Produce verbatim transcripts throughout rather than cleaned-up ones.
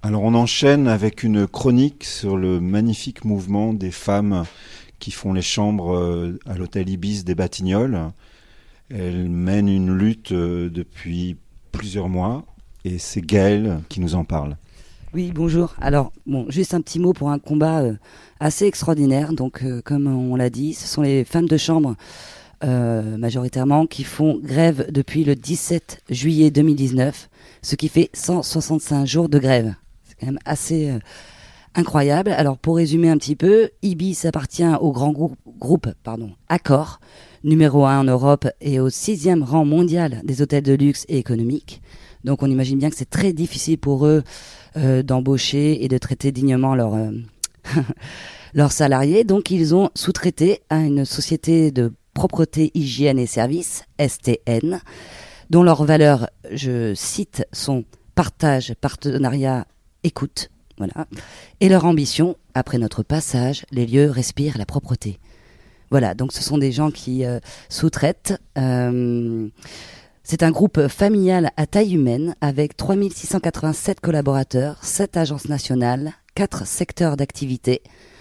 Alors on enchaîne avec une chronique sur le magnifique mouvement des femmes qui font les chambres euh, à l'hôtel Ibis des Batignolles. Elles mènent une lutte euh, depuis plusieurs mois et c'est Gaëlle qui nous en parle. Oui, bonjour. Alors, bon, juste un petit mot pour un combat euh, assez extraordinaire. Donc, euh, comme on l'a dit, ce sont les femmes de chambre euh, majoritairement qui font grève depuis le dix-sept juillet deux mille dix-neuf, ce qui fait cent soixante-cinq jours de grève. C'est quand même assez euh, incroyable. Alors, pour résumer un petit peu, Ibis appartient au grand groupe, groupe pardon, Accor, numéro un en Europe et au sixième rang mondial des hôtels de luxe et économiques. Donc, on imagine bien que c'est très difficile pour eux euh, d'embaucher et de traiter dignement leurs euh, leurs salariés. Donc, ils ont sous-traité à une société de propreté, hygiène et services, S T N, dont leurs valeurs, je cite, sont partage, partenariat, écoute. Voilà. Et leur ambition, après notre passage, les lieux respirent la propreté. Voilà, donc ce sont des gens qui euh, sous-traitent. Euh, c'est un groupe familial à taille humaine avec trois mille six cent quatre-vingt-sept collaborateurs, sept agences nationales, quatre secteurs d'activité,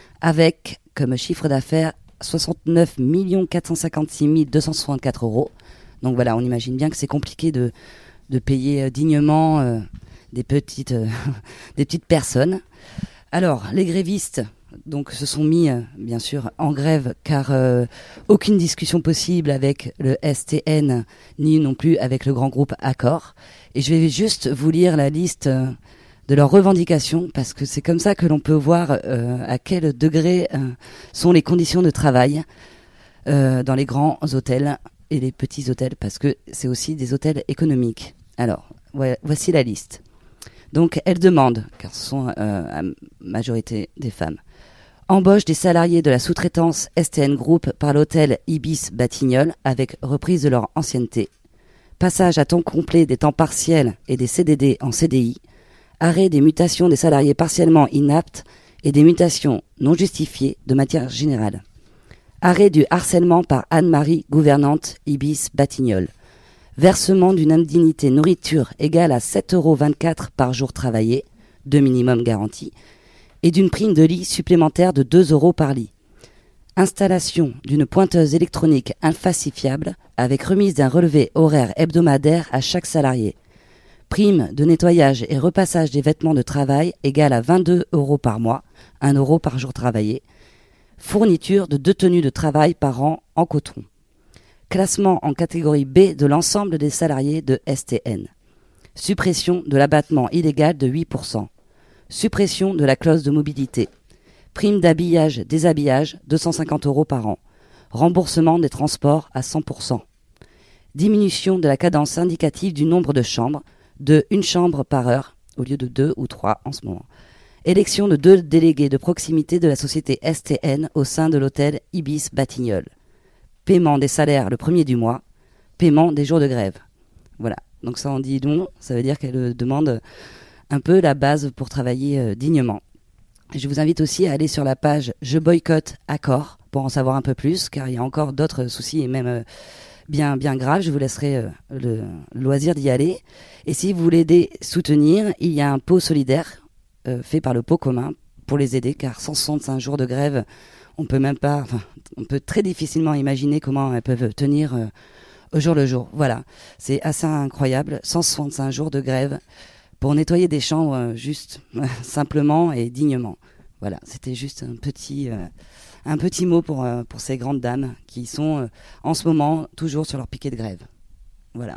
avec comme chiffre d'affaires soixante-neuf millions quatre cent cinquante-six mille deux cent soixante-quatre euros. Donc voilà, on imagine bien que c'est compliqué de, de payer euh, dignement euh, des, petites, euh, des petites personnes. Alors, les grévistes donc, se sont mis, euh, bien sûr, en grève car euh, aucune discussion possible avec le S T N, ni non plus avec le grand groupe Accor. Et je vais juste vous lire la liste euh, de leurs revendications, parce que c'est comme ça que l'on peut voir euh, à quel degré euh, sont les conditions de travail euh, dans les grands hôtels et les petits hôtels, parce que c'est aussi des hôtels économiques. Alors, ouais, voici la liste. Donc, elles demandent, car ce sont euh, à majorité des femmes, embauche des salariés de la sous-traitance S T N Group par l'hôtel Ibis Batignolles avec reprise de leur ancienneté, passage à temps complet des temps partiels et des C D D en C D I, arrêt des mutations des salariés partiellement inaptes et des mutations non justifiées de matière générale, arrêt du harcèlement par Anne-Marie, gouvernante Ibis Batignolles, versement d'une indemnité nourriture égale à sept euros vingt-quatre par jour travaillé, deux minimum garantis, et d'une prime de lit supplémentaire de deux euros par lit. Installation d'une pointeuse électronique infalsifiable avec remise d'un relevé horaire hebdomadaire à chaque salarié. Prime de nettoyage et repassage des vêtements de travail égale à vingt-deux euros par mois, un euro par jour travaillé. Fourniture de deux tenues de travail par an en coton. Classement en catégorie B de l'ensemble des salariés de S T N. Suppression de l'abattement illégal de huit pour cent. Suppression de la clause de mobilité. Prime d'habillage, déshabillage, deux cent cinquante euros par an. Remboursement des transports à cent pour cent. Diminution de la cadence indicative du nombre de chambres, de une chambre par heure, au lieu de deux ou trois en ce moment. Élection de deux délégués de proximité de la société S T N au sein de l'hôtel Ibis Batignolles. Paiement des salaires le premier du mois. Paiement des jours de grève. Voilà. Donc ça en dit non, ça veut dire qu'elle demande un peu la base pour travailler euh, dignement. Je vous invite aussi à aller sur la page Je boycotte Accor pour en savoir un peu plus, car il y a encore d'autres soucis et même euh, bien, bien graves. Je vous laisserai euh, le loisir d'y aller. Et si vous voulez les soutenir, il y a un pot solidaire euh, fait par le pot commun pour les aider, car cent soixante-cinq jours de grève, on peut même pas, enfin, on peut très difficilement imaginer comment elles peuvent tenir euh, au jour le jour. Voilà, c'est assez incroyable, cent soixante-cinq jours de grève pour nettoyer des chambres euh, juste, euh, simplement et dignement. Voilà, c'était juste un petit, euh, un petit mot pour, euh, pour ces grandes dames qui sont euh, en ce moment toujours sur leur piquet de grève. Voilà.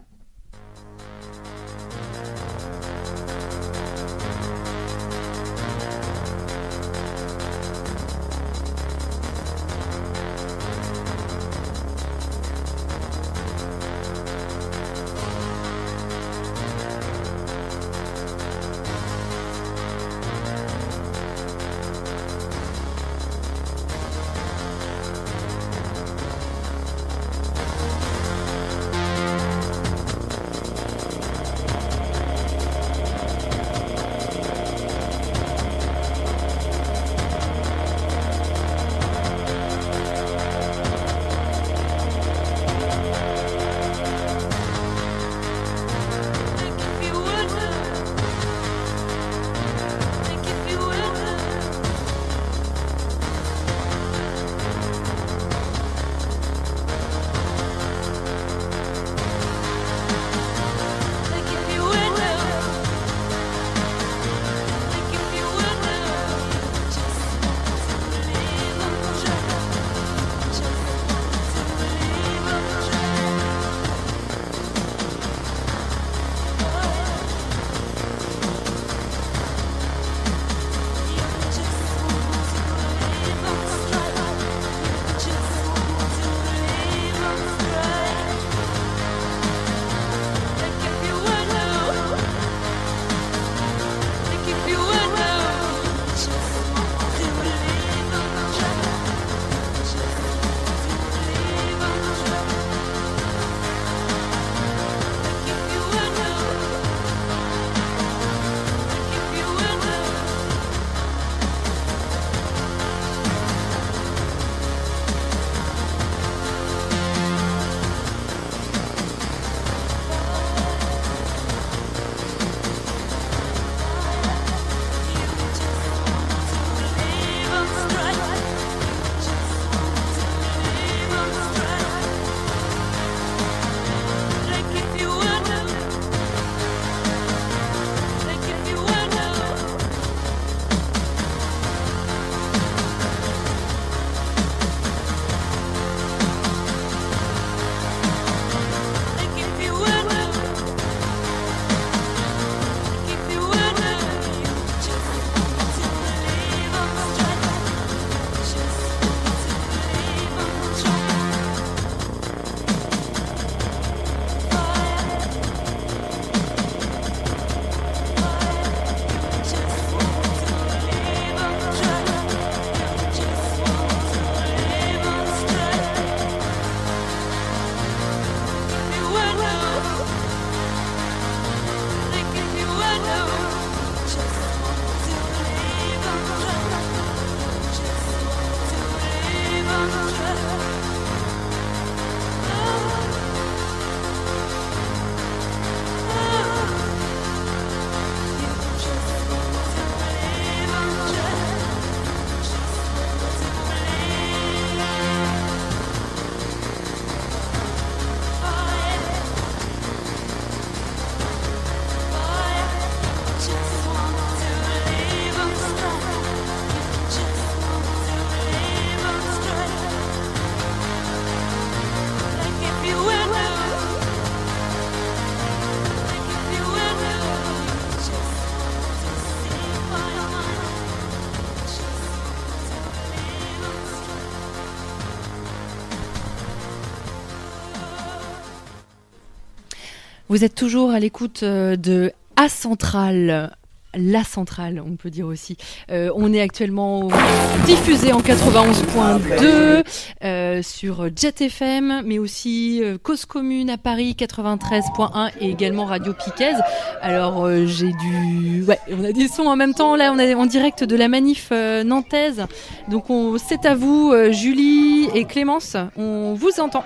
Vous êtes toujours à l'écoute de A Centrale. La Centrale, on peut dire aussi. Euh, on est actuellement diffusé en quatre-vingt-onze point deux euh, sur Jet F M, mais aussi euh, Cause Commune à Paris quatre-vingt-treize point un et également Radio Piquez. Alors euh, j'ai du, ouais, on a des sons en même temps. Là, on est en direct de la manif euh, nantaise. Donc on, c'est à vous, euh, Julie et Clémence. On vous entend.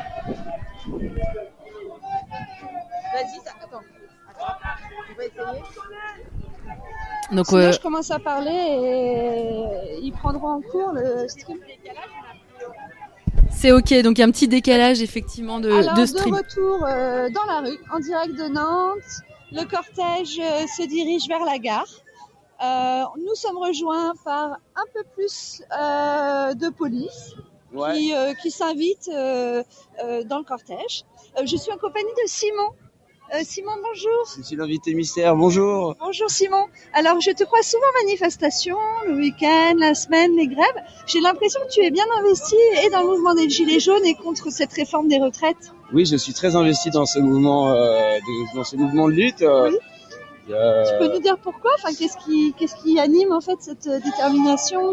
Vas-y, ça... attends. On va essayer. Donc, Sinon, euh... je commence à parler et ils prendront en cours le stream. C'est ok, donc il y a un petit décalage effectivement de, Alors, de stream. de retour euh, dans la rue, en direct de Nantes, le cortège euh, se dirige vers la gare. Euh, nous sommes rejoints par un peu plus euh, de police ouais. qui, euh, qui s'invitent euh, euh, dans le cortège. Euh, je suis en compagnie de Simon. Euh, Simon, bonjour. Je suis l'invité mystère, bonjour. Bonjour Simon. Alors, je te crois souvent manifestation, le week-end, la semaine, les grèves. J'ai l'impression que tu es bien investi et dans le mouvement des Gilets jaunes et contre cette réforme des retraites. Oui, je suis très investi dans ce mouvement, euh, de, dans ce mouvement de lutte. Euh, oui. Euh... Tu peux nous dire pourquoi ? Enfin, qu'est-ce qui, qu'est-ce qui anime en fait cette euh, détermination ?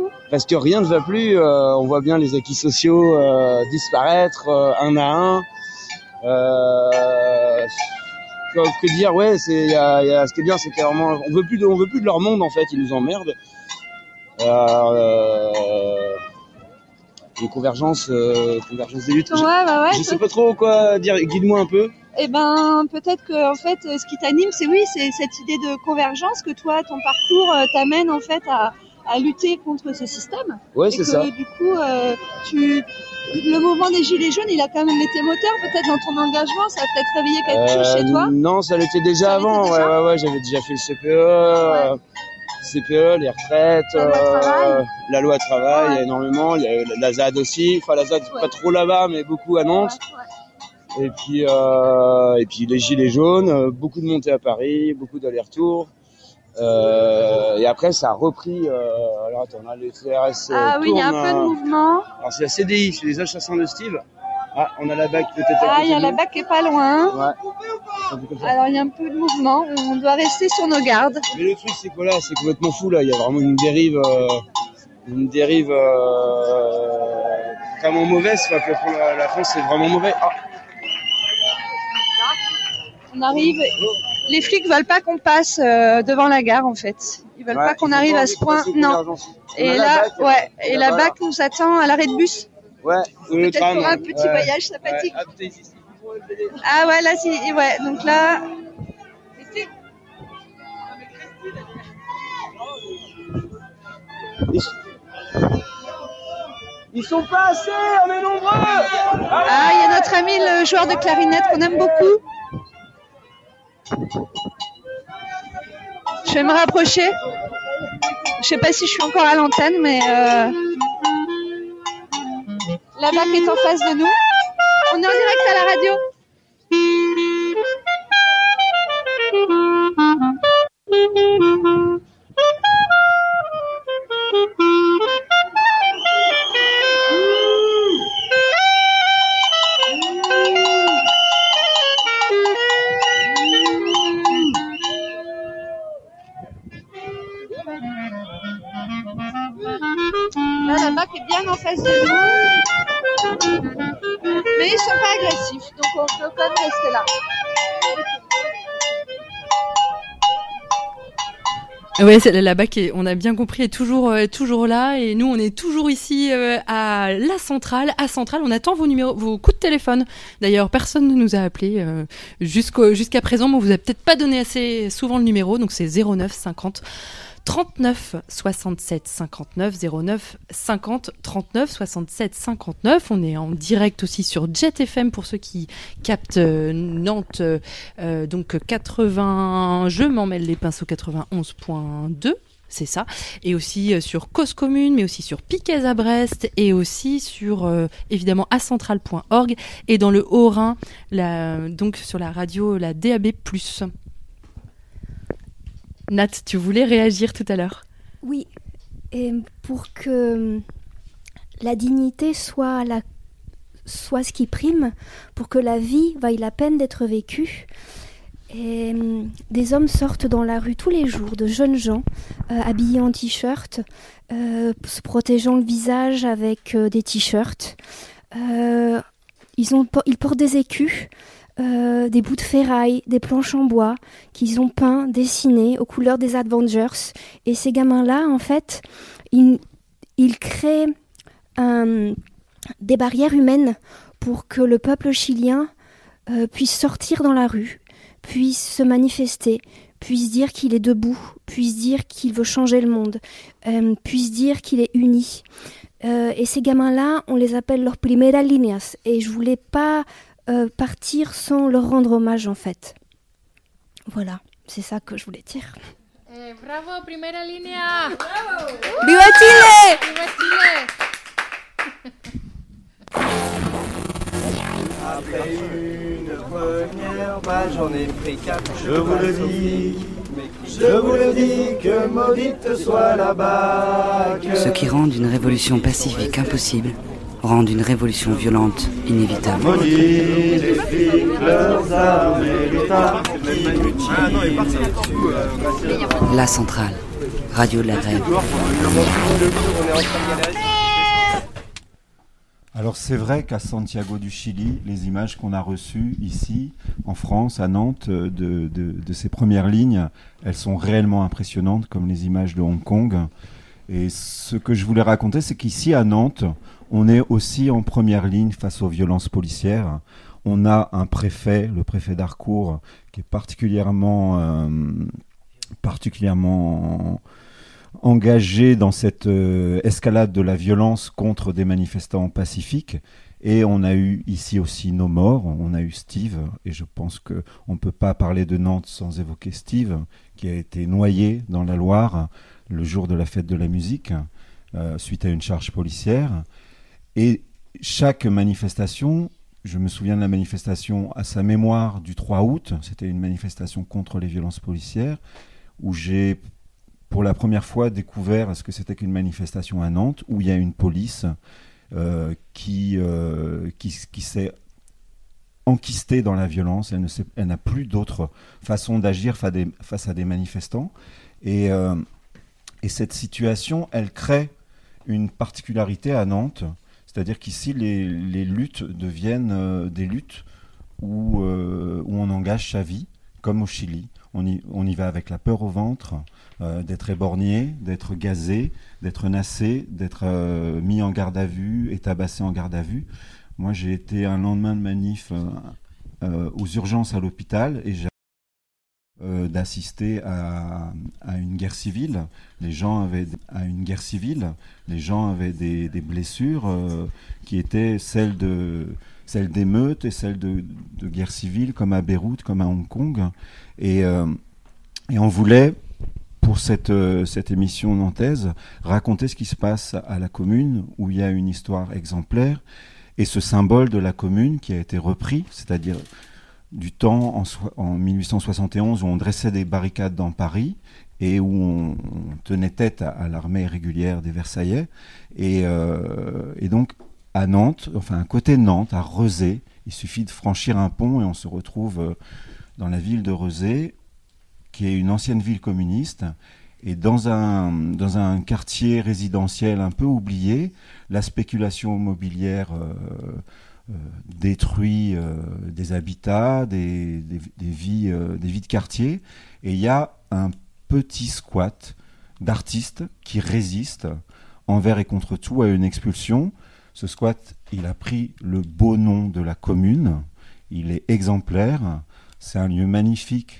Parce que rien ne va plus. Euh, on voit bien les acquis sociaux euh, disparaître euh, un à un. Euh... Que dire, ouais, c'est, y a, y a, ce qui est bien, c'est qu'on veut plus de, on veut plus de leur monde en fait, ils nous emmerdent. Euh, une convergence, euh, convergence des luttes. Ouais, bah ouais. Je sais pas trop quoi dire, guide-moi un peu. Eh ben, peut-être que en fait, ce qui t'anime, c'est oui, c'est cette idée de convergence que toi, ton parcours euh, t'amène en fait à, à lutter contre ce système. Ouais, c'est que, ça. Du coup, euh, tu le mouvement des Gilets jaunes, il a quand même été moteur, peut-être dans ton engagement, ça a peut-être réveillé quelque chose euh, chez toi. Non, ça l'était déjà ça avant. L'était déjà ouais, ouais, ouais, j'avais déjà fait le C P E, ouais. euh, C P E, les retraites, la loi euh, travail, la loi travail, ouais. il y a énormément. Il y a la Z A D aussi. Enfin, la Z A D, ouais. Pas trop là-bas, mais beaucoup à Nantes. Ouais, ouais. Et puis, euh, et puis les Gilets jaunes, beaucoup de montées à Paris, beaucoup d'allers-retours. Euh, et après, ça a repris. Euh, alors attends, on a les C R S. Ah oui, il y a un peu de mouvement. Alors c'est la C D I, c'est les assassins de Steve. Ah, on a la B A C peut-être à côté. Ah, il y a la B A C qui est pas loin. Ouais. Alors il y a un peu de mouvement. On doit rester sur nos gardes. Mais le truc, c'est quoi là ? C'est complètement fou là. Il y a vraiment une dérive, euh, une dérive euh, vraiment mauvaise. Enfin, pour la, la France, c'est vraiment mauvais. Ah. On arrive. Les flics veulent pas qu'on passe euh, devant la gare en fait. Ils veulent ouais, pas qu'on arrive à ce point. Non. Et là, B A C, ouais. Et, et la B A C nous attend à l'arrêt de bus. Ouais. Peut-être tram, pour un petit ouais. voyage sympathique. Ouais. Ah ouais, là, si, ouais. Donc là. Ils sont pas assez, on est nombreux. Ah, il y a notre ami le joueur de clarinette qu'on aime beaucoup. Je vais me rapprocher. Je sais pas si je suis encore à l'antenne, mais euh... la B A C est en face de nous. On est en direct à la radio. Là, la B A C est bien en face de nous. Mais ils sont pas agressifs, donc on peut quand même rester là. Ouais, c'est la B A C, on a bien compris, est toujours, est toujours là, et nous on est toujours ici euh, à la centrale, à Centrale. On attend vos numéros, vos coups de téléphone. D'ailleurs, personne ne nous a appelé euh, jusqu'au, jusqu'à présent, mais on vous a peut-être pas donné assez souvent le numéro, donc c'est zéro neuf cinquante trente-neuf soixante-sept cinquante-neuf, zéro neuf cinquante trente-neuf soixante-sept cinquante-neuf. On est en direct aussi sur Jet F M pour ceux qui captent euh, Nantes, euh, donc quatre-vingts, je m'en mêle les pinceaux, quatre-vingt-onze point deux. C'est ça, et aussi euh, sur Cause Commune, mais aussi sur Piquez à Brest, et aussi sur euh, évidemment a centrale point org, et dans le Haut-Rhin, la, donc sur la radio, la D A B plus. Nat, tu voulais réagir tout à l'heure ? Oui, et pour que la dignité soit, la, soit ce qui prime, pour que la vie vaille la peine d'être vécue, Et euh, des hommes sortent dans la rue tous les jours, de jeunes gens, euh, habillés en t-shirt, euh, se protégeant le visage avec euh, des t-shirts. Euh, ils, ont, ils portent des écus, euh, des bouts de ferraille, des planches en bois qu'ils ont peints, dessinés aux couleurs des Avengers. Et ces gamins-là, en fait, ils, ils créent un, des barrières humaines pour que le peuple chilien euh, puisse sortir dans la rue, puisse se manifester, puisse dire qu'il est debout, puisse dire qu'il veut changer le monde, euh, puisse dire qu'il est uni. Euh, et ces gamins-là, on les appelle los primeras líneas. Et je voulais pas euh, partir sans leur rendre hommage, en fait. Voilà, c'est ça que je voulais dire. Eh, bravo, primera línea. Bravo. Viva Chile! Viva Chile. Après une première balle, j'en ai pris quatre. Je vous le dis, je vous le dis, que maudite soit la bague. Ce qui rend une révolution pacifique impossible, rend une révolution violente inévitable. Maudit les flics, leurs armes et l'État. La Centrale, radio de la grève. Alors c'est vrai qu'à Santiago du Chili, les images qu'on a reçues ici, en France, à Nantes, de, de, de ces premières lignes, elles sont réellement impressionnantes, comme les images de Hong Kong. Et ce que je voulais raconter, c'est qu'ici à Nantes, on est aussi en première ligne face aux violences policières. On a un préfet, le préfet d'Harcourt, qui est particulièrement, euh, particulièrement engagé dans cette euh, escalade de la violence contre des manifestants pacifiques. Et on a eu ici aussi nos morts. On a eu Steve, et je pense qu'on ne peut pas parler de Nantes sans évoquer Steve, qui a été noyé dans la Loire le jour de la fête de la musique, euh, suite à une charge policière. Et chaque manifestation, je me souviens de la manifestation à sa mémoire du trois août, c'était une manifestation contre les violences policières, où j'ai pour la première fois découvert ce que c'était qu'une manifestation à Nantes, où il y a une police euh, qui, euh, qui, qui s'est enquistée dans la violence. Elle, ne sait, elle n'a plus d'autre façon d'agir face à des, face à des manifestants. Et, euh, et cette situation, elle crée une particularité à Nantes, c'est-à-dire qu'ici, les, les luttes deviennent euh, des luttes où, euh, où on engage sa vie, comme au Chili. On y, on y va avec la peur au ventre, euh, d'être éborgné, d'être gazé, d'être nassé, d'être euh, mis en garde à vue et tabassé en garde à vue. Moi, j'ai été un lendemain de manif euh, euh, aux urgences à l'hôpital et j'ai euh, d'assister à, à une guerre civile. Les gens avaient à une guerre civile. Les gens avaient des, des blessures euh, qui étaient celles de celles d'émeutes et celles de, de guerre civile, comme à Beyrouth, comme à Hong Kong. Et, euh, et on voulait, pour cette, euh, cette émission nantaise, raconter ce qui se passe à la commune, où il y a une histoire exemplaire, et ce symbole de la commune qui a été repris, c'est-à-dire du temps en, so- en mille huit cent soixante et onze, où on dressait des barricades dans Paris, et où on, on tenait tête à, à l'armée régulière des Versaillais. Et, euh, et donc, à Nantes, enfin à côté de Nantes, à Rezé, il suffit de franchir un pont et on se retrouve euh, dans la ville de Rezé, qui est une ancienne ville communiste, et dans un, dans un quartier résidentiel un peu oublié, la spéculation immobilière euh, euh, détruit euh, des habitats, des, des, des, vies, euh, des vies de quartier, et il y a un petit squat d'artistes qui résistent envers et contre tout à une expulsion. Ce squat, il a pris le beau nom de la commune, il est exemplaire, c'est un lieu magnifique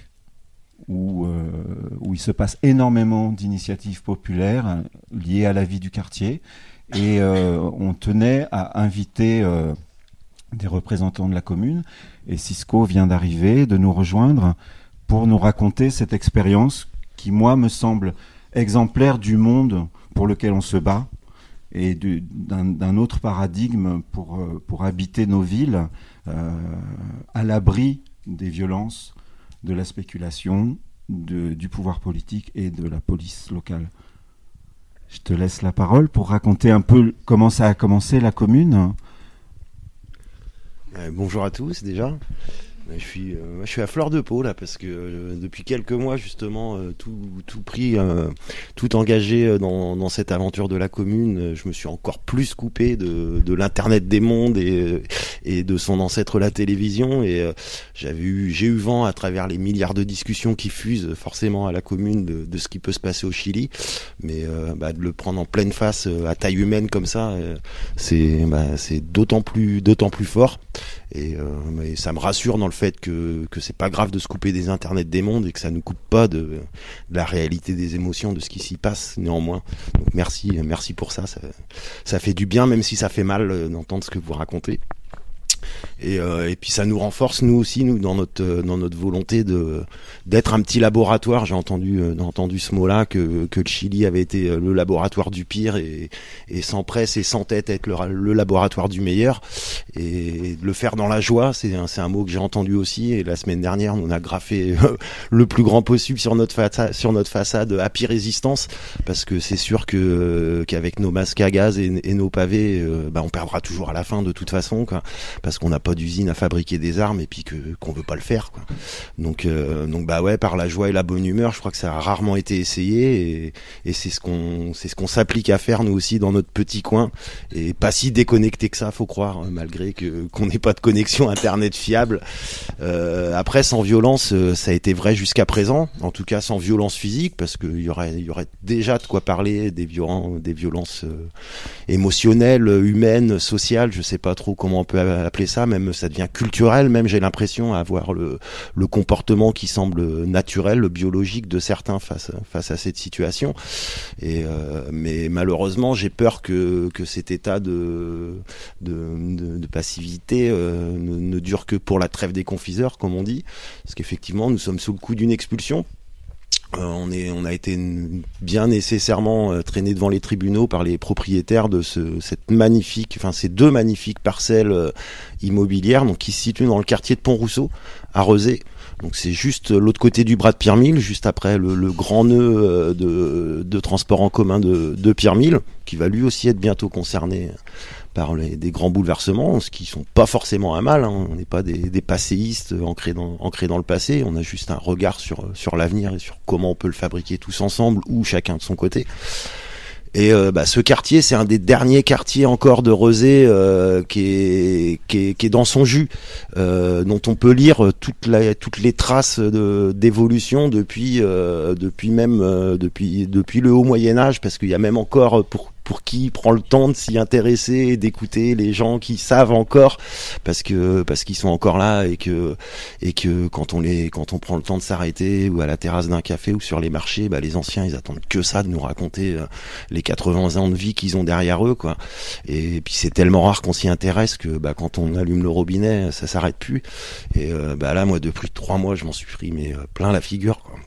où, euh, où il se passe énormément d'initiatives populaires liées à la vie du quartier, et euh, on tenait à inviter euh, des représentants de la commune, et Cisco vient d'arriver, de nous rejoindre pour nous raconter cette expérience qui, moi, me semble exemplaire du monde pour lequel on se bat, et du, d'un, d'un autre paradigme pour, euh, pour habiter nos villes euh, à l'abri des violences, de la spéculation, de, du pouvoir politique et de la police locale. Je te laisse la parole pour raconter un peu comment ça a commencé la commune. Euh, bonjour à tous déjà. Je suis, euh, je suis à fleur de peau là parce que euh, depuis quelques mois justement, euh, tout, tout pris, euh, tout engagé dans, dans cette aventure de la commune, euh, je me suis encore plus coupé de, de l'internet des mondes et, et de son ancêtre la télévision. Et euh, j'avais eu, j'ai eu vent à travers les milliards de discussions qui fusent forcément à la commune de, de ce qui peut se passer au Chili, mais euh, bah, de le prendre en pleine face euh, à taille humaine comme ça, euh, c'est, bah, c'est d'autant plus, d'autant plus fort. Et, euh, mais ça me rassure dans le fait que que c'est pas grave de se couper des internets des mondes et que ça nous coupe pas de, de la réalité des émotions, de ce qui s'y passe néanmoins. Donc merci, merci pour ça, ça. Ça fait du bien, même si ça fait mal d'entendre ce que vous racontez. Et, euh, et puis ça nous renforce nous aussi, nous dans notre euh, dans notre volonté de d'être un petit laboratoire. J'ai entendu euh, entendu ce mot-là que que le Chili avait été le laboratoire du pire et et sans presse et sans tête être le, le laboratoire du meilleur, et de le faire dans la joie. C'est un c'est un mot que j'ai entendu aussi. Et la semaine dernière, on a graffé euh, le plus grand possible sur notre façade sur notre façade Happy Résistance, parce que c'est sûr que euh, qu'avec nos masques à gaz et, et nos pavés, euh, bah on perdra toujours à la fin de toute façon, quoi, parce qu'on n'a pas d'usine à fabriquer des armes et puis que qu'on veut pas le faire, quoi. Donc euh, donc bah ouais, par la joie et la bonne humeur, je crois que ça a rarement été essayé, et, et c'est ce qu'on c'est ce qu'on s'applique à faire nous aussi dans notre petit coin, et pas si déconnecté que ça, faut croire, malgré que qu'on n'ait pas de connexion internet fiable. Euh, après, sans violence, ça a été vrai jusqu'à présent, en tout cas sans violence physique, parce qu'il y aurait il y aurait déjà de quoi parler des violents des violences euh, émotionnelles, humaines, sociales, je sais pas trop comment on peut appeler ça, même ça devient culturel, même j'ai l'impression à avoir le, le comportement qui semble naturel, le biologique de certains face, face à cette situation. Et euh, mais malheureusement, j'ai peur que, que cet état de, de, de, de passivité euh, ne, ne dure que pour la trêve des confiseurs, comme on dit, parce qu'effectivement, nous sommes sous le coup d'une expulsion. Euh, on est, on a été bien nécessairement euh, traîné devant les tribunaux par les propriétaires de ce, cette magnifique, enfin ces deux magnifiques parcelles euh, immobilières, donc qui se situent dans le quartier de Pont-Rousseau, à Rezé. Donc c'est juste l'autre côté du bras de Pierre-Mille, juste après le, le grand nœud euh, de, de transport en commun de, de Pierre-Mille, qui va lui aussi être bientôt concerné par les, des grands bouleversements, ce qui sont pas forcément un mal, hein. On n'est pas des, des passéistes ancrés dans, ancrés dans le passé, on a juste un regard sur, sur l'avenir et sur comment on peut le fabriquer tous ensemble ou chacun de son côté. Et euh, bah, ce quartier, c'est un des derniers quartiers encore de Rezé euh, qui, est, qui, est, qui est dans son jus, euh, dont on peut lire toute la, toutes les traces de, d'évolution depuis, euh, depuis même euh, depuis, depuis le haut Moyen Âge, parce qu'il y a même encore pour pour qui prend le temps de s'y intéresser et d'écouter les gens qui savent encore, parce que parce qu'ils sont encore là, et que et que quand on les quand on prend le temps de s'arrêter ou à la terrasse d'un café ou sur les marchés, bah les anciens ils attendent que ça, de nous raconter euh, les quatre-vingts ans de vie qu'ils ont derrière eux, quoi. Et, et puis c'est tellement rare qu'on s'y intéresse que bah quand on allume le robinet, ça s'arrête plus. Et euh, bah là, moi depuis trois mois, je m'en suis pris mais euh, plein la figure, quoi.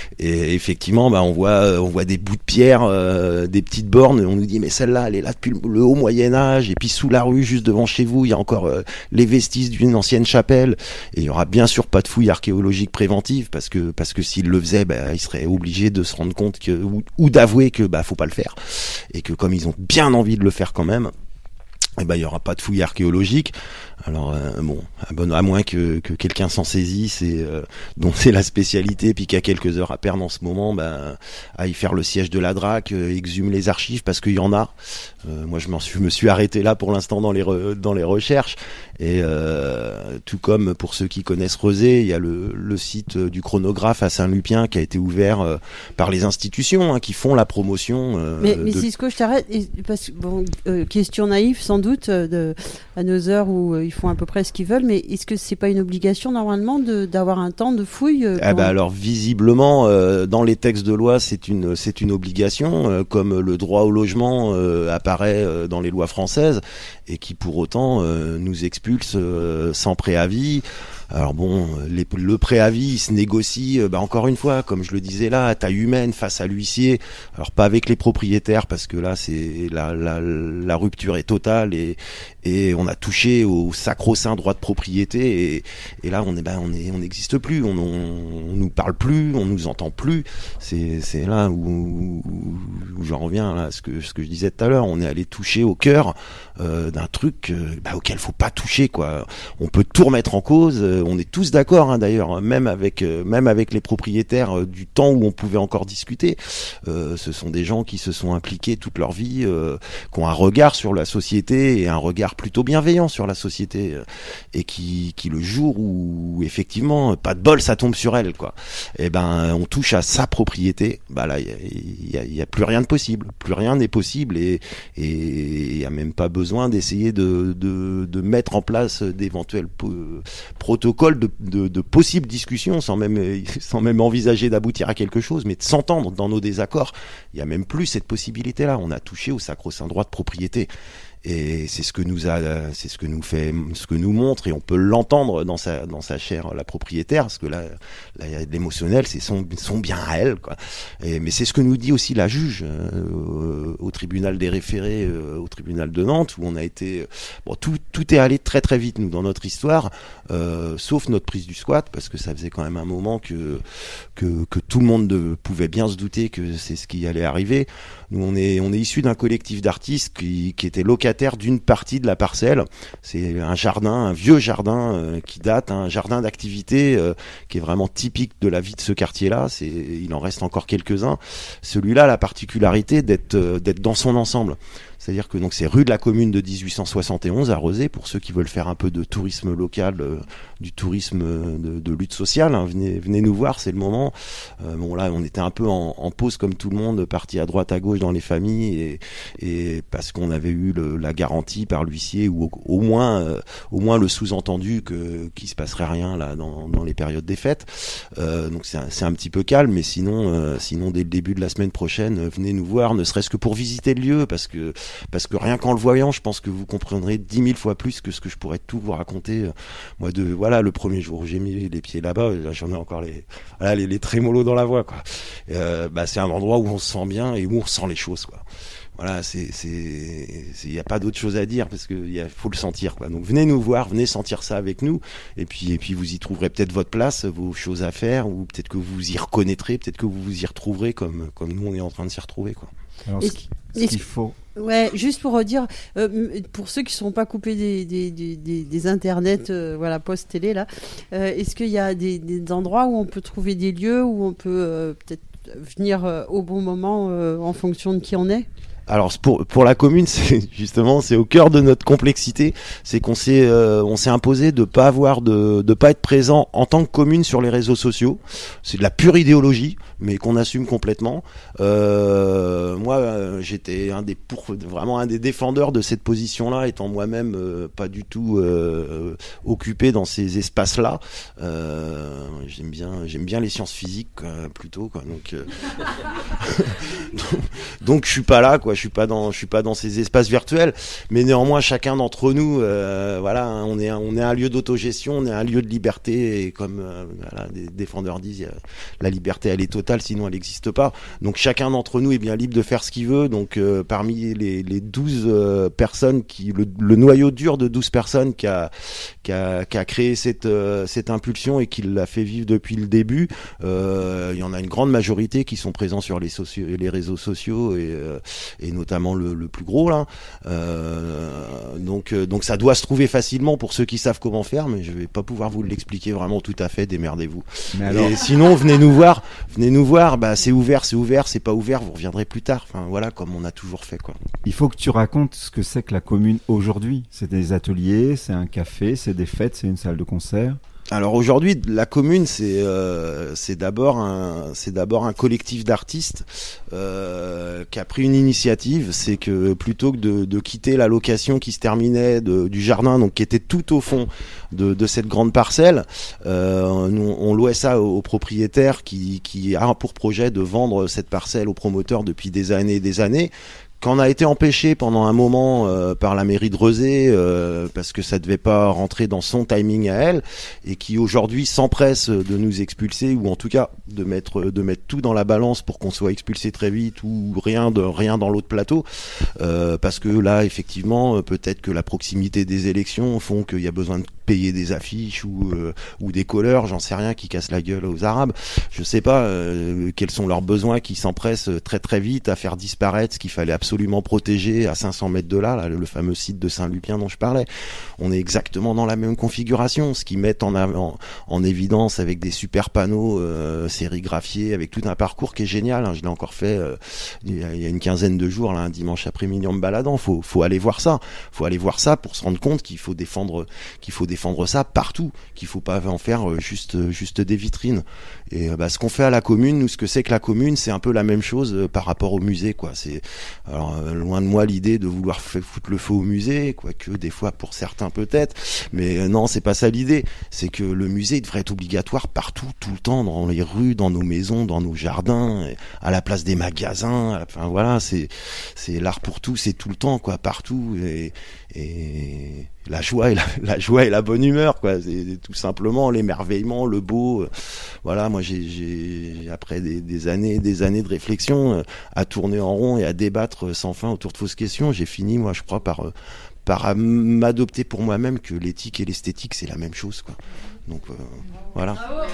Et effectivement, bah on voit, on voit des bouts de pierre, euh, des petites bornes. On nous dit mais celle-là, elle est là depuis le, le haut Moyen Âge. Et puis sous la rue, juste devant chez vous, il y a encore euh, les vestiges d'une ancienne chapelle. Et il y aura bien sûr pas de fouilles archéologiques préventives, parce que parce que s'il le faisait, bah il serait obligé de se rendre compte que ou, ou d'avouer que bah faut pas le faire, et que comme ils ont bien envie de le faire quand même, et ben il y aura pas de fouilles archéologiques. Alors euh, bon, à moins que, que quelqu'un s'en saisisse et euh, dont c'est la spécialité, puis qu'il y a quelques heures à perdre en ce moment, ben à y faire le siège de la D R A C, euh, exhume les archives, parce qu'il y en a. Euh, moi je, m'en suis, je me suis arrêté là pour l'instant dans les re, dans les recherches, et euh, tout comme pour ceux qui connaissent Rezé, il y a le, le site du chronographe à Saint-Lupien qui a été ouvert euh, par les institutions, hein, qui font la promotion. Euh, mais mais de... Cisco, je t'arrête, parce que bon, euh, question naïve sans doute, euh, de, à nos heures où euh, ils font à peu près ce qu'ils veulent, mais est-ce que c'est pas une obligation normalement de, d'avoir un temps de fouille euh, ah bah alors visiblement euh, dans les textes de loi c'est une c'est une obligation, euh, comme le droit au logement euh, apparaît euh, dans les lois françaises, et qui pour autant euh, nous expulse euh, sans préavis. Alors bon, les, le préavis il se négocie, euh, bah encore une fois, comme je le disais là, à taille humaine, face à l'huissier. Alors pas avec les propriétaires, parce que là c'est la, la, la rupture est totale, et, et on a touché au sacro-saint droit de propriété, et, et là on est, bah on est, on n'existe plus, on, on, on nous parle plus, on nous entend plus. C'est, c'est là où, où j'en reviens là, à ce que ce que je disais tout à l'heure, on est allé toucher au cœur euh, d'un truc euh, bah, auquel faut pas toucher, quoi. On peut tout remettre en cause, euh, on est tous d'accord, hein, d'ailleurs, même avec euh, même avec les propriétaires euh, du temps où on pouvait encore discuter. Euh, ce sont des gens qui se sont impliqués toute leur vie, euh, qui ont un regard sur la société et un regard plutôt bienveillant sur la société, euh, et qui qui le jour où effectivement pas de bol ça tombe sur elle, quoi. Et ben on touche à sa propriété, bah là il y a, y a plus rien de possible, plus rien n'est possible, et et il y a même pas besoin d'essayer de de de mettre en place d'éventuels po- protocoles de, de de possibles discussions sans même sans même envisager d'aboutir à quelque chose, mais de s'entendre dans nos désaccords. Il y a même plus cette possibilité là, on a touché au sacro-saint droit de propriété. Et c'est ce que nous a, c'est ce que nous fait, ce que nous montre, et on peut l'entendre dans sa, dans sa chair, la propriétaire, parce que là, là, il y a de l'émotionnel, c'est son, son bien à elle, quoi. Et, mais c'est ce que nous dit aussi la juge euh, au tribunal des référés, euh, au tribunal de Nantes, où on a été, bon, tout, tout est allé très très vite nous dans notre histoire, euh, sauf notre prise du squat, parce que ça faisait quand même un moment que que, que tout le monde de, pouvait bien se douter que c'est ce qui allait arriver. Nous, on est, on est issu d'un collectif d'artistes qui, qui était locataire d'une partie de la parcelle. C'est un jardin, un vieux jardin euh, qui date, un jardin d'activité euh, qui est vraiment typique de la vie de ce quartier-là. C'est, il en reste encore quelques-uns. Celui-là a la particularité d'être, euh, d'être dans son ensemble. C'est-à-dire que donc c'est rue de la Commune de dix-huit cent soixante et onze à Rezé, pour ceux qui veulent faire un peu de tourisme local, euh, du tourisme de, de lutte sociale, hein, venez, venez nous voir, c'est le moment. Euh, bon là, on était un peu en, en pause comme tout le monde, parti à droite à gauche dans les familles, et, et parce qu'on avait eu le, la garantie par l'huissier, ou au, au moins, euh, au moins le sous-entendu que qu'il se passerait rien là dans, dans les périodes des fêtes. Euh, donc c'est un, c'est un petit peu calme, mais sinon, euh, sinon dès le début de la semaine prochaine, euh, venez nous voir, ne serait-ce que pour visiter le lieu, parce que Parce que rien qu'en le voyant, je pense que vous comprendrez dix mille fois plus que ce que je pourrais tout vous raconter. Moi, de voilà, le premier jour où j'ai mis les pieds là-bas, là, j'en ai encore les, voilà, les, les trémolos dans la voix, quoi. Euh, bah, c'est un endroit où on se sent bien et où on ressent les choses, quoi. Voilà, c'est, c'est, il n'y a pas d'autre chose à dire, parce que il faut le sentir, quoi. Donc venez nous voir, venez sentir ça avec nous, et puis, et puis vous y trouverez peut-être votre place, vos choses à faire, ou peut-être que vous vous y reconnaîtrez, peut-être que vous vous y retrouverez comme, comme nous on est en train de s'y retrouver, quoi. Alors, ce, qui, ce qu'il faut. Ouais, juste pour redire, euh, pour ceux qui ne sont pas coupés des, des, des, des, des internets, euh, voilà, post-télé, là, euh, est-ce qu'il y a des, des endroits où on peut trouver des lieux, où on peut euh, peut-être venir euh, au bon moment euh, en fonction de qui on est ? Alors pour pour la commune, c'est justement c'est au cœur de notre complexité, c'est qu'on s'est euh, on s'est imposé de pas avoir de de pas être présent en tant que commune sur les réseaux sociaux. C'est de la pure idéologie, mais qu'on assume complètement. Euh, moi, euh, j'étais un des pour vraiment un des défendeurs de cette position-là, étant moi-même euh, pas du tout euh, occupé dans ces espaces-là. Euh, j'aime bien j'aime bien les sciences physiques quoi, plutôt quoi. Donc euh... donc, donc je suis pas là quoi. Je suis pas dans, je suis pas dans ces espaces virtuels, mais néanmoins chacun d'entre nous, euh, voilà, hein, on est, on est un lieu d'autogestion, on est un lieu de liberté, et comme euh, voilà, des défendeurs disent, euh, la liberté elle est totale, sinon elle n'existe pas. Donc chacun d'entre nous est bien libre de faire ce qu'il veut. Donc euh, parmi les, les douze euh, personnes qui, le, le noyau dur de douze personnes qui a, qui a, qui a créé cette, euh, cette impulsion et qui l'a fait vivre depuis le début, euh, il y en a une grande majorité qui sont présents sur les, socio- les réseaux sociaux et, euh, et et notamment le, le plus gros là. Euh, donc, euh, donc ça doit se trouver facilement pour ceux qui savent comment faire, mais je vais pas pouvoir vous l'expliquer vraiment tout à fait. Démerdez-vous. Mais alors... Et sinon, venez nous voir, venez nous voir. Bah c'est ouvert, c'est ouvert, c'est pas ouvert, vous reviendrez plus tard. Enfin voilà, comme on a toujours fait quoi. Il faut que tu racontes ce que c'est que la commune aujourd'hui. C'est des ateliers, c'est un café, c'est des fêtes, c'est une salle de concert. Alors aujourd'hui, la commune, c'est euh, c'est d'abord un c'est d'abord un collectif d'artistes euh, qui a pris une initiative. C'est que plutôt que de, de quitter la location qui se terminait de, du jardin, donc qui était tout au fond de, de cette grande parcelle, euh, nous, on louait ça aux, aux propriétaires qui qui a pour projet de vendre cette parcelle aux promoteurs depuis des années et des années. Qu'on a été empêché pendant un moment euh, par la mairie de Rezé euh, parce que ça devait pas rentrer dans son timing à elle, et qui aujourd'hui s'empresse de nous expulser, ou en tout cas de mettre de mettre tout dans la balance pour qu'on soit expulsé très vite, ou rien de rien dans l'autre plateau, euh, parce que là effectivement peut-être que la proximité des élections font qu'il y a besoin de payer des affiches ou euh, ou des colleurs, j'en sais rien, qui cassent la gueule aux Arabes. Je sais pas euh, quels sont leurs besoins, qui s'empressent très très vite à faire disparaître ce qu'il fallait absolument protéger à cinq cents mètres de là, là le fameux site de Saint-Lupien dont je parlais. On est exactement dans la même configuration, ce qu'ils mettent en avant, en évidence avec des super panneaux euh, sérigraphiés, avec tout un parcours qui est génial. Hein. Je l'ai encore fait euh, il y a une quinzaine de jours, là, un dimanche après-midi en me baladant. Faut, faut aller voir ça. Faut aller voir ça pour se rendre compte qu'il faut défendre, qu'il faut défendre ça partout, qu'il faut pas en faire euh, juste, juste des vitrines. Et euh, bah, ce qu'on fait à la commune, nous, ce que c'est que la commune, c'est un peu la même chose euh, par rapport au musée, quoi. C'est alors euh, loin de moi l'idée de vouloir f- foutre le feu au musée, quoique des fois pour certains peut-être, mais euh, non, c'est pas ça l'idée. C'est que le musée devrait être obligatoire partout, tout le temps, dans les rues, dans nos maisons, dans nos jardins, à la place des magasins. Enfin voilà, c'est c'est l'art pour tous, c'est tout le temps, quoi, partout. Et, et la joie et la, la joie et la bonne humeur, quoi. C'est tout simplement l'émerveillement, le beau. Voilà, moi j'ai, j'ai après des, des années, des années de réflexion, à tourner en rond et à débattre sans fin autour de fausses questions, j'ai fini, moi, je crois, par par m'adopter pour moi-même que l'éthique et l'esthétique c'est la même chose, quoi. Donc euh, voilà.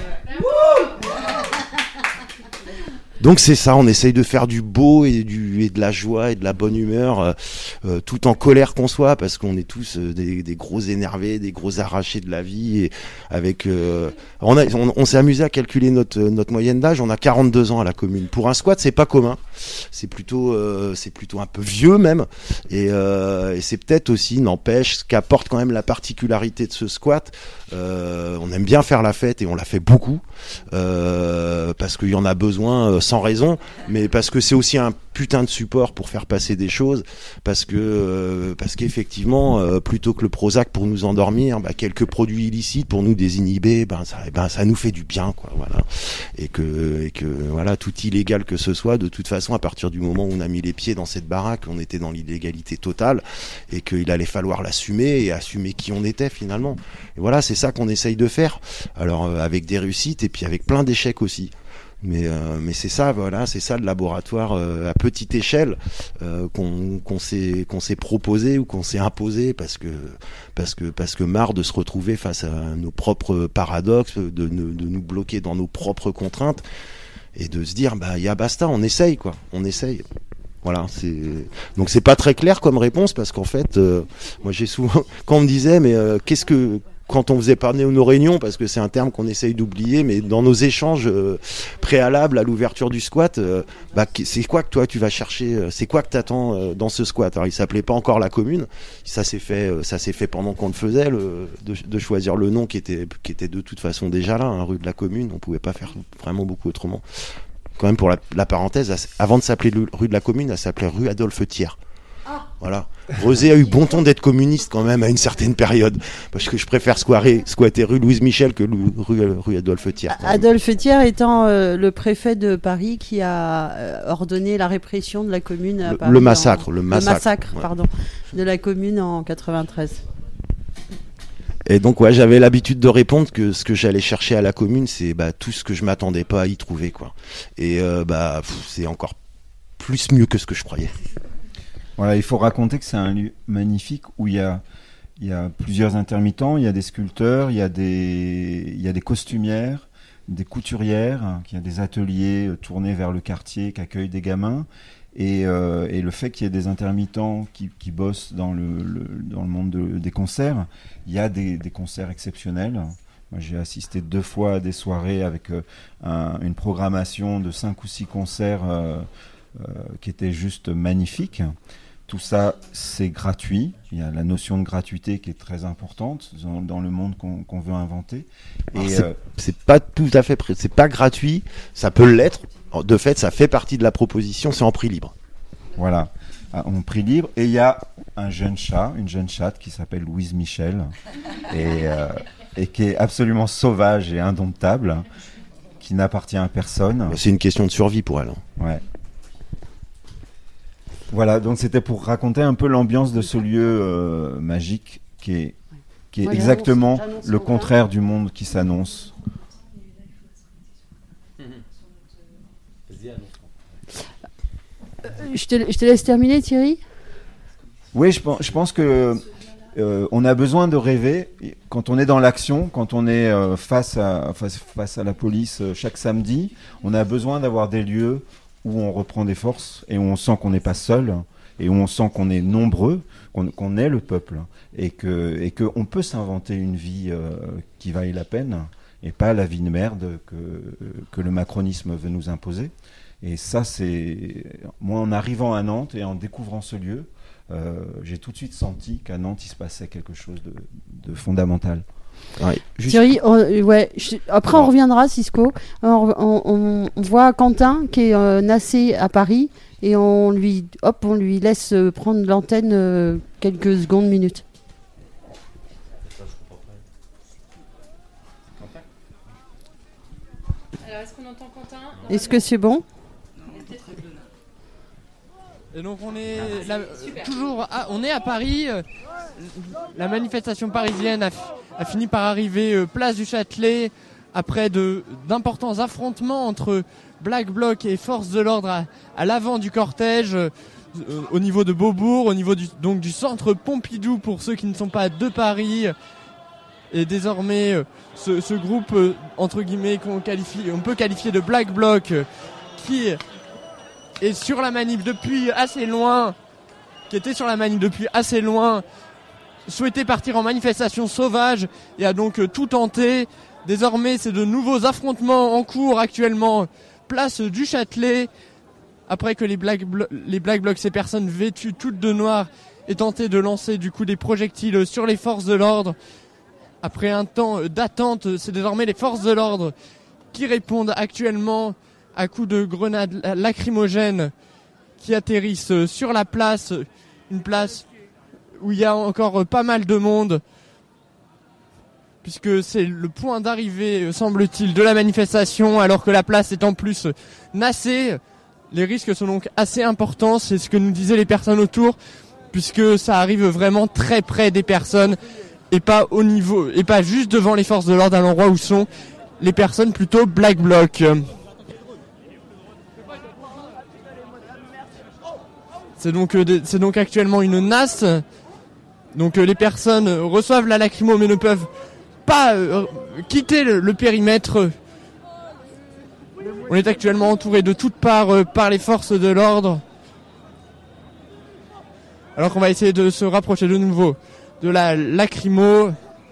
Donc c'est ça, on essaye de faire du beau et, du, et de la joie et de la bonne humeur, euh, euh, tout en colère qu'on soit, parce qu'on est tous euh, des, des gros énervés, des gros arrachés de la vie. Et avec, euh, on, a, on, on s'est amusé à calculer notre, notre moyenne d'âge, on a quarante-deux ans à la commune. Pour un squat, c'est pas commun, c'est plutôt, euh, c'est plutôt un peu vieux même, et, euh, et c'est peut-être aussi, n'empêche, ce qu'apporte quand même la particularité de ce squat. Euh, on aime bien faire la fête et on la fait beaucoup, euh, parce qu'il y en a besoin euh, sans raison, mais parce que c'est aussi un putain de support pour faire passer des choses, parce que euh, parce qu'effectivement euh, plutôt que le Prozac pour nous endormir, bah, quelques produits illicites pour nous désinhiber, ben ça ben ça nous fait du bien, quoi, voilà. Et que et que voilà, tout illégal que ce soit, de toute façon à partir du moment où on a mis les pieds dans cette baraque, on était dans l'illégalité totale, et qu'il allait falloir l'assumer et assumer qui on était finalement. Et voilà, c'est ça qu'on essaye de faire. Alors euh, avec des réussites et puis avec plein d'échecs aussi. Mais euh, mais c'est ça, voilà, c'est ça le laboratoire euh, à petite échelle euh, qu'on qu'on s'est qu'on s'est proposé ou qu'on s'est imposé, parce que parce que parce que marre de se retrouver face à nos propres paradoxes, de, de, de nous bloquer dans nos propres contraintes et de se dire bah il y a basta, on essaye, quoi, on essaye. Voilà, c'est donc c'est pas très clair comme réponse, parce qu'en fait euh, moi j'ai souvent quand on me disait mais euh, qu'est-ce que quand on faisait parler nos réunions, parce que c'est un terme qu'on essaye d'oublier, mais dans nos échanges euh, préalables à l'ouverture du squat, euh, bah, c'est quoi que toi tu vas chercher, euh, c'est quoi que t'attends euh, dans ce squat? Alors il s'appelait pas encore la commune, ça s'est fait, euh, ça s'est fait pendant qu'on le faisait, le, de, de choisir le nom qui était, qui était de toute façon déjà là, hein, rue de la commune, on pouvait pas faire vraiment beaucoup autrement. Quand même pour la, la parenthèse, avant de s'appeler rue de la commune, elle s'appelait rue Adolphe Thiers. Voilà. Rezé a eu bon temps d'être communiste quand même à une certaine période, parce que je préfère squatter, squatter rue Louise Michel que rue, rue Adolphe Thiers. Adolphe Thiers étant euh, le préfet de Paris qui a euh, ordonné la répression de la commune à le, Paris. Le massacre, en, le massacre, le massacre ouais. pardon, de la commune en quatre-vingt-treize. Et donc ouais, j'avais l'habitude de répondre que ce que j'allais chercher à la commune, c'est bah, tout ce que je m'attendais pas à y trouver, quoi. Et euh, bah pff, c'est encore plus mieux que ce que je croyais. Voilà, il faut raconter que c'est un lieu magnifique où il y a, il y a plusieurs intermittents, il y a des sculpteurs, il y a des, il y a des costumières, des couturières, il y a des ateliers tournés vers le quartier qui accueillent des gamins. Et, euh, et le fait qu'il y ait des intermittents qui, qui bossent dans le, le, dans le monde de, des concerts, il y a des, des concerts exceptionnels. Moi, j'ai assisté deux fois à des soirées avec euh, un, une programmation de cinq ou six concerts euh, euh, qui étaient juste magnifiques. Tout ça, c'est gratuit. Il y a la notion de gratuité qui est très importante dans, dans le monde qu'on, qu'on veut inventer. Et Alors, c'est, euh, c'est pas tout à fait, pré- c'est pas gratuit. Ça peut l'être. De fait, ça fait partie de la proposition. C'est en prix libre. Voilà, en prix libre. Et il y a un jeune chat, une jeune chatte qui s'appelle Louise Michel et, euh, et qui est absolument sauvage et indomptable, qui n'appartient à personne. C'est une question de survie pour elle. Ouais. Voilà, donc c'était pour raconter un peu l'ambiance de ce lieu euh, magique qui est, qui est Moi, exactement j'annonce, j'annonce le contraire du monde qui s'annonce. Euh, je, te, je te laisse terminer, Thierry. Oui, je pense, je pense que euh, on a besoin de rêver quand on est dans l'action, quand on est euh, face à face, face à la police euh, chaque samedi. On a besoin d'avoir des lieux où on reprend des forces et où on sent qu'on n'est pas seul et où on sent qu'on est nombreux, qu'on, qu'on est le peuple et que et que on peut s'inventer une vie euh, qui vaille la peine et pas la vie de merde que que le macronisme veut nous imposer. Et ça, c'est moi en arrivant à Nantes et en découvrant ce lieu, euh, j'ai tout de suite senti qu'à Nantes il se passait quelque chose de, de fondamental. Ouais, juste... Thierry, on, ouais, je, après on reviendra, Cisco. On, on, on voit Quentin qui est euh, nassé à Paris et on lui, hop, on lui laisse prendre l'antenne euh, quelques secondes, minutes. Alors, est-ce qu'on entend Quentin ? Est-ce que c'est bon ? Et donc on est là, toujours à, on est à Paris. Euh, la manifestation parisienne a, a fini par arriver euh, place du Châtelet après de d'importants affrontements entre Black Bloc et forces de l'ordre à, à l'avant du cortège, euh, au niveau de Beaubourg, au niveau du, donc du centre Pompidou pour ceux qui ne sont pas de Paris. Et désormais, euh, ce, ce groupe euh, entre guillemets qu'on qualifie, on peut qualifier de Black Bloc, euh, qui est sur la manif depuis assez loin, qui était sur la manif depuis assez loin, souhaitait partir en manifestation sauvage et a donc tout tenté. Désormais, c'est de nouveaux affrontements en cours actuellement, place du Châtelet, après que les Black, Blo- les Black Blocs, ces personnes vêtues toutes de noir, aient tenté de lancer du coup des projectiles sur les forces de l'ordre. Après un temps d'attente, c'est désormais les forces de l'ordre qui répondent actuellement à coups de grenades lacrymogènes qui atterrissent sur la place, une place où il y a encore pas mal de monde, puisque c'est le point d'arrivée, semble-t-il, de la manifestation, alors que la place est en plus nassée. Les risques sont donc assez importants, c'est ce que nous disaient les personnes autour, puisque ça arrive vraiment très près des personnes et pas au niveau, et pas juste devant les forces de l'ordre, à l'endroit où sont les personnes plutôt Black Bloc. C'est donc, euh, c'est donc actuellement une nasse. Donc euh, les personnes reçoivent la lacrymo mais ne peuvent pas euh, quitter le, le périmètre. On est actuellement entouré de toutes parts euh, par les forces de l'ordre. Alors qu'on va essayer de se rapprocher de nouveau de la lacrymo.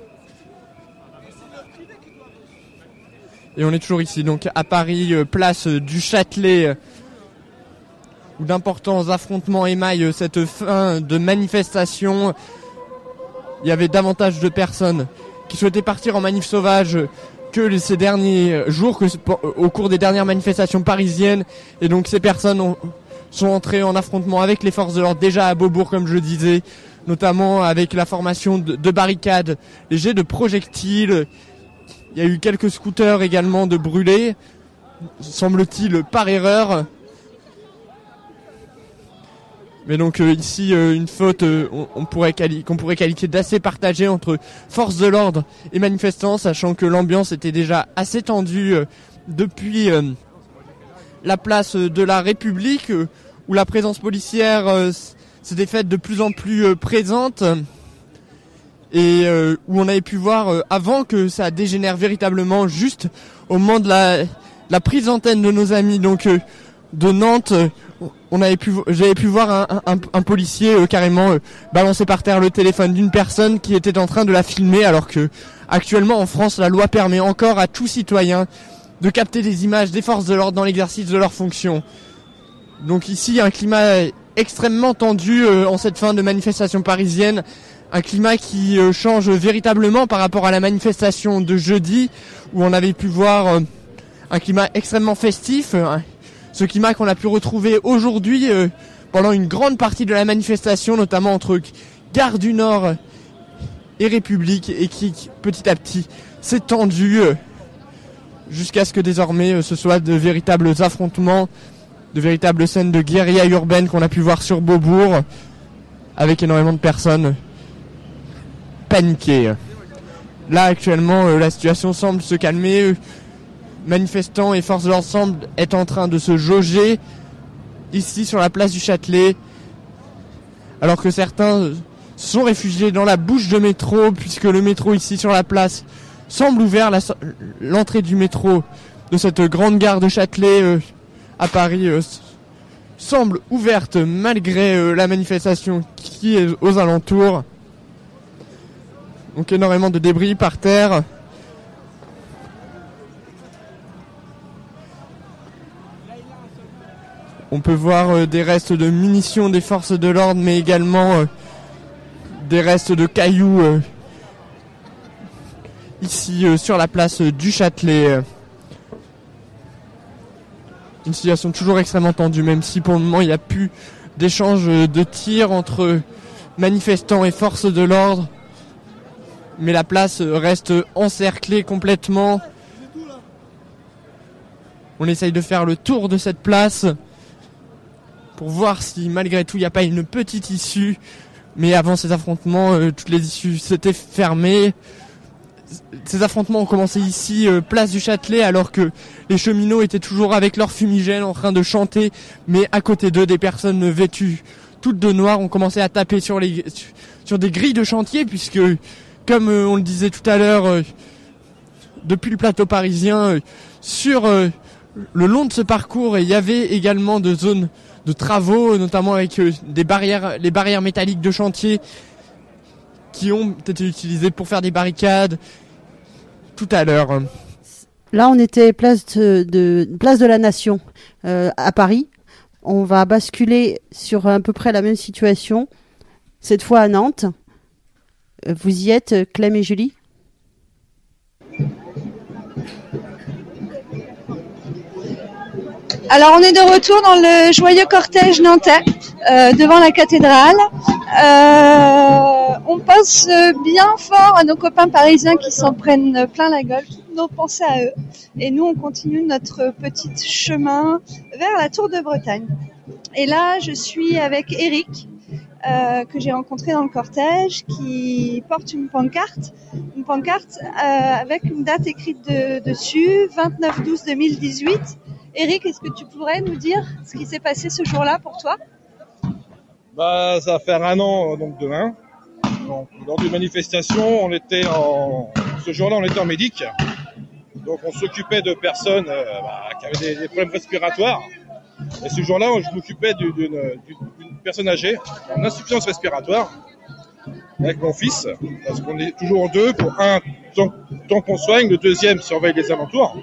Et on est toujours ici, donc à Paris, euh, place du Châtelet, euh, où d'importants affrontements émaillent cette fin de manifestation. Il y avait davantage de personnes qui souhaitaient partir en manif sauvage que ces derniers jours, que au cours des dernières manifestations parisiennes. Et donc ces personnes ont, sont entrées en affrontement avec les forces de l'ordre, déjà à Beaubourg, comme je le disais, notamment avec la formation de, de barricades, les jets de projectiles. Il y a eu quelques scooters également de brûlés, semble-t-il par erreur. Mais donc euh, ici euh, une faute euh, on, on pourrait quali- qu'on pourrait qualifier d'assez partagée entre forces de l'ordre et manifestants, sachant que l'ambiance était déjà assez tendue euh, depuis euh, la place de la République, euh, où la présence policière euh, s'était faite de plus en plus euh, présente, et euh, où on avait pu voir euh, avant que ça dégénère véritablement, juste au moment de la, la prise d'antenne de nos amis donc euh, de Nantes. euh, On avait pu, j'avais pu voir un, un, un policier euh, carrément euh, balancer par terre le téléphone d'une personne qui était en train de la filmer, alors que actuellement en France la loi permet encore à tout citoyen de capter des images des forces de l'ordre dans l'exercice de leurs fonctions. Donc ici un climat extrêmement tendu euh, en cette fin de manifestation parisienne, un climat qui euh, change véritablement par rapport à la manifestation de jeudi, où on avait pu voir euh, un climat extrêmement festif. Euh, Ce climat qu'on a pu retrouver aujourd'hui euh, pendant une grande partie de la manifestation, notamment entre Gare du Nord et République, et qui petit à petit s'est tendu euh, jusqu'à ce que désormais euh, ce soit de véritables affrontements, de véritables scènes de guérilla urbaine qu'on a pu voir sur Beaubourg, avec énormément de personnes paniquées. Là actuellement euh, la situation semble se calmer. Euh, Manifestants et forces de l'ordre semblent être en train de se jauger ici sur la place du Châtelet, alors que certains sont réfugiés dans la bouche de métro, puisque le métro ici sur la place semble ouvert. La, l'entrée du métro de cette grande gare de Châtelet euh, à Paris euh, semble ouverte malgré euh, la manifestation qui est aux alentours. Donc énormément de débris par terre. On peut voir euh, des restes de munitions des forces de l'ordre, mais également euh, des restes de cailloux euh, ici euh, sur la place euh, du Châtelet. Une situation toujours extrêmement tendue, même si pour le moment il n'y a plus d'échange de tirs entre manifestants et forces de l'ordre. Mais la place reste encerclée complètement. On essaye de faire le tour de cette place pour voir si malgré tout il n'y a pas une petite issue. Mais avant ces affrontements, euh, toutes les issues s'étaient fermées. Ces affrontements ont commencé ici, euh, place du Châtelet, alors que les cheminots étaient toujours avec leur fumigène en train de chanter. Mais à côté d'eux, des personnes vêtues toutes de noir ont commencé à taper sur, les, sur des grilles de chantier, puisque, comme euh, on le disait tout à l'heure, euh, depuis le plateau parisien, euh, sur euh, le long de ce parcours, il y avait également de zones de travaux, notamment avec euh, des barrières, les barrières métalliques de chantier qui ont été utilisées pour faire des barricades tout à l'heure. Là, on était place de, de place de la Nation euh, à Paris. On va basculer sur à peu près la même situation, cette fois à Nantes. Vous y êtes, Clem et Julie ? Alors on est de retour dans le joyeux cortège nantais, euh, devant la cathédrale. Euh, on pense bien fort à nos copains parisiens qui s'en prennent plein la gueule, toutes nos pensées à eux. Et nous on continue notre petit chemin vers la Tour de Bretagne. Et là je suis avec Eric, euh, que j'ai rencontré dans le cortège, qui porte une pancarte, une pancarte euh, avec une date écrite de, dessus, vingt-neuf douze deux mille dix-huit. Eric, est-ce que tu pourrais nous dire ce qui s'est passé ce jour-là pour toi ? Bah, ça va faire un an donc demain. Donc, lors d'une manifestation, on était en ce jour-là, on était en médic. Donc, on s'occupait de personnes euh, bah, qui avaient des, des problèmes respiratoires. Et ce jour-là, je m'occupais d'une, d'une, d'une personne âgée en insuffisance respiratoire avec mon fils, parce qu'on est toujours deux pour un tant, tant qu'on soigne, le deuxième surveille les alentours.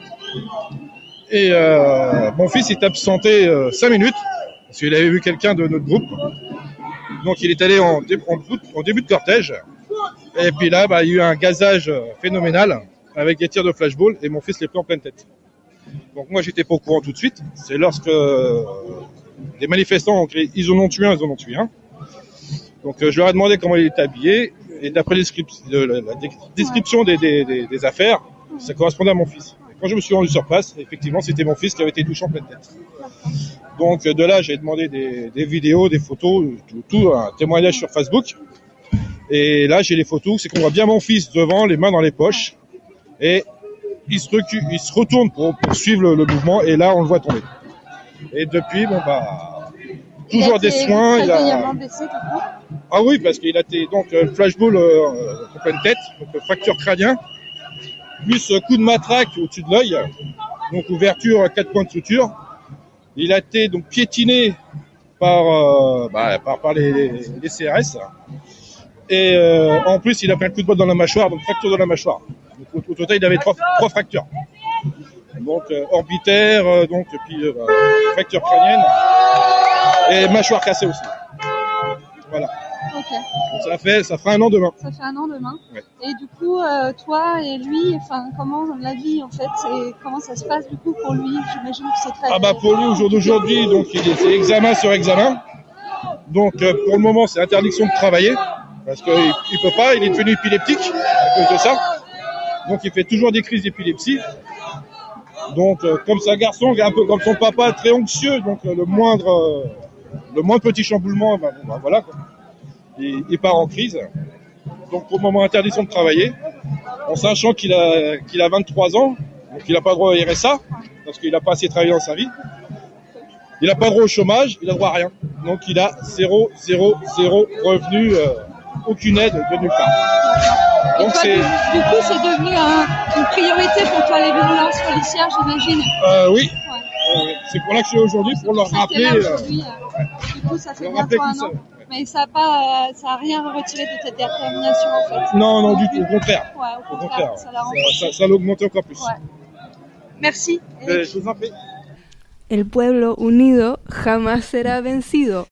Et euh, mon fils est absenté euh, cinq minutes parce qu'il avait vu quelqu'un de notre groupe. Donc il est allé en, dé- en, en début de cortège. Et puis là, bah, il y a eu un gazage phénoménal avec des tirs de flashball et mon fils l'est pris en pleine tête. Donc moi j'étais pas au courant tout de suite. C'est lorsque euh, les manifestants ont crié ils en ont tué un, ils en ont tué un. Donc euh, je leur ai demandé comment il était habillé et d'après la description des, des, des, des affaires, ça correspondait à mon fils. Quand je me suis rendu sur place, effectivement, c'était mon fils qui avait été touché en pleine tête. Donc de là, j'ai demandé des, des vidéos, des photos, tout, tout, un témoignage sur Facebook. Et là, j'ai les photos, c'est qu'on voit bien mon fils devant, les mains dans les poches. Et il se, recule, il se retourne pour, pour suivre le, le mouvement. Et là, on le voit tomber. Et depuis, bon bah, toujours il des soins. Il a... blessé, ah oui, parce qu'il a été donc flashball euh, en pleine tête, donc fracture crânien. Plus coup de matraque au-dessus de l'œil, donc ouverture, quatre points de suture. Il a été donc piétiné par, euh, bah, par, par les, les, les C R S. Et euh, en plus, il a pris un coup de botte dans la mâchoire, donc fracture de la mâchoire. Donc, au, au total, il avait trois, trois fractures. Donc euh, orbitaire, euh, donc puis euh, fracture crânienne et mâchoire cassée aussi. Voilà. Ok. Donc ça fait, ça fera un an demain. Ça fait un an demain. Ouais. Et du coup, euh, toi et lui, enfin, comment la vie en fait, c'est comment ça se passe du coup pour lui ? J'imagine que c'est très. Ah bah pour lui au jour d'aujourd'hui, donc il est c'est examen sur examen. Donc euh, pour le moment, c'est interdiction de travailler parce qu'il il peut pas, il est devenu épileptique à cause de ça. Donc il fait toujours des crises d'épilepsie. Donc euh, comme c'est un garçon, un peu comme son papa, très anxieux, donc euh, le moindre, euh, le moindre petit chamboulement, bah, bon, bah, voilà quoi. Il, il part en crise. Donc pour le moment, interdiction de travailler. En sachant qu'il a, qu'il a vingt-trois ans, donc il n'a pas droit au R S A, parce qu'il n'a pas assez travaillé dans sa vie. Il n'a pas droit au chômage, il n'a droit à rien. Donc il a zéro, zéro, zéro revenu euh, aucune aide de nulle part. Et Donc toi, c'est du, du coup, c'est devenu un- une priorité pour toi les violences policières, j'imagine. euh, oui, Ouais. Euh, oui. C'est pour là que je suis aujourd'hui, pour leur Ça, t'es rappeler. là euh, aujourd'hui, euh, Du coup, ça fait leur bientôt rappeler un tout an. ça. Mais ça n'a pas, euh, ça a rien retiré de ta détermination en fait. Non, non, du tout, au contraire. Ouais, au Au contraire, contraire, ça l'a ça, renforcé. ça, ça l'augmente encore plus. Ouais. Merci. Euh, je vous en prie. El pueblo unido jamás será vencido.